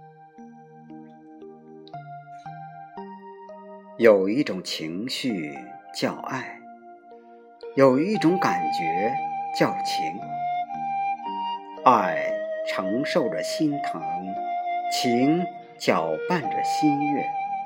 有一种情绪叫爱，有一种感觉叫情。爱承受着心疼，情搅拌着心悦。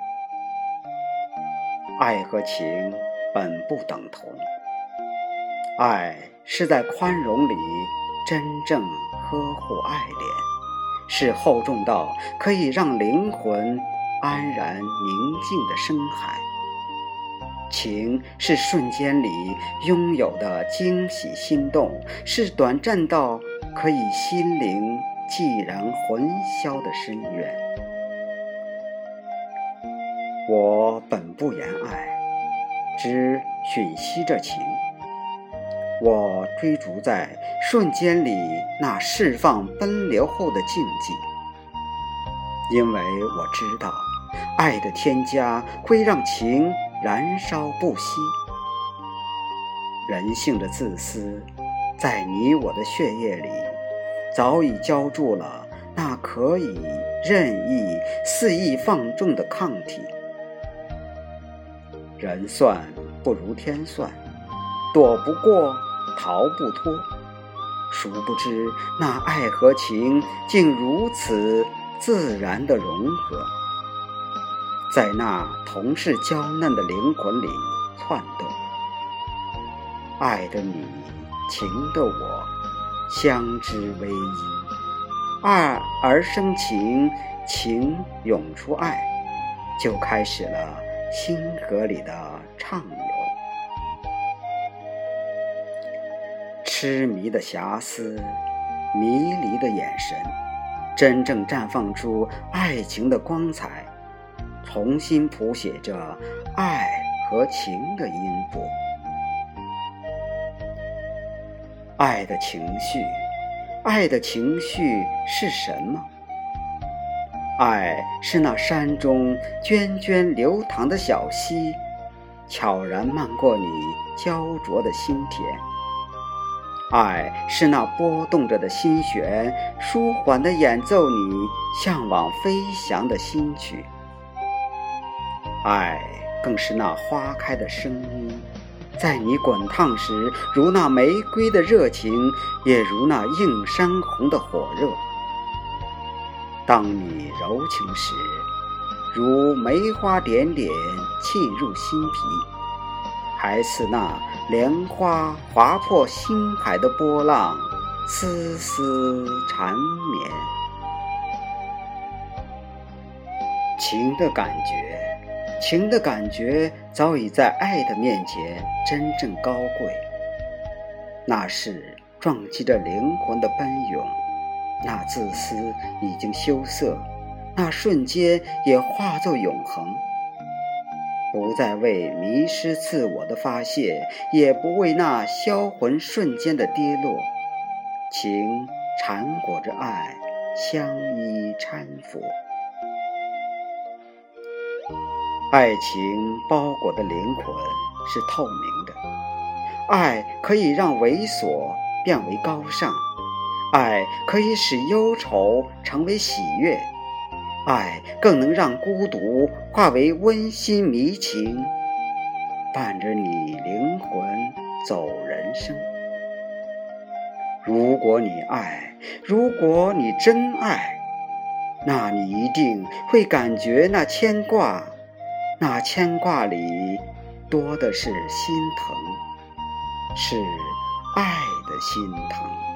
爱和情本不等同，爱是在宽容里真正呵护爱恋，是厚重到可以让灵魂安然宁静的深海。情是瞬间里拥有的惊喜心动，是短暂到可以心灵寂然魂消的深渊。我本不言爱，只吮吸着情。我追逐在瞬间里那释放奔流后的静寂，因为我知道爱的添加会让情燃烧不息。人性的自私在你我的血液里早已浇筑了那可以任意肆意放纵的抗体。人算不如天算，躲不过逃不脱，殊不知那爱和情竟如此自然的融合，在那同是娇嫩的灵魂里窜动。爱的你，情的我，相知为一，爱而生情，情涌出爱，就开始了星河里的畅游。痴迷的遐思，迷离的眼神，真正绽放出爱情的光彩，重新谱写着爱和情的音波。爱的情绪，爱的情绪是什么？爱是那山中涓涓流淌的小溪，悄然漫过你焦灼的心田。爱是那波动着的心弦，舒缓地演奏你向往飞翔的心曲。爱更是那花开的声音，在你滚烫时，如那玫瑰的热情，也如那映山红的火热。当你柔情时，如梅花点点沁入心脾，还似那莲花划破心海的波浪，丝丝缠绵。情的感觉早已在爱的面前真正高贵，那是撞击着灵魂的奔涌，那自私已经羞涩，那瞬间也化作永恒。不再为迷失自我的发泄，也不为那销魂瞬间的跌落，情缠裹着爱，相依搀扶。爱情包裹的灵魂是透明的，爱可以让猥琐变为高尚，爱可以使忧愁成为喜悦，爱更能让孤独化为温馨迷情，伴着你灵魂走人生。如果你爱，如果你真爱，那你一定会感觉那牵挂，那牵挂里多的是心疼，是爱的心疼。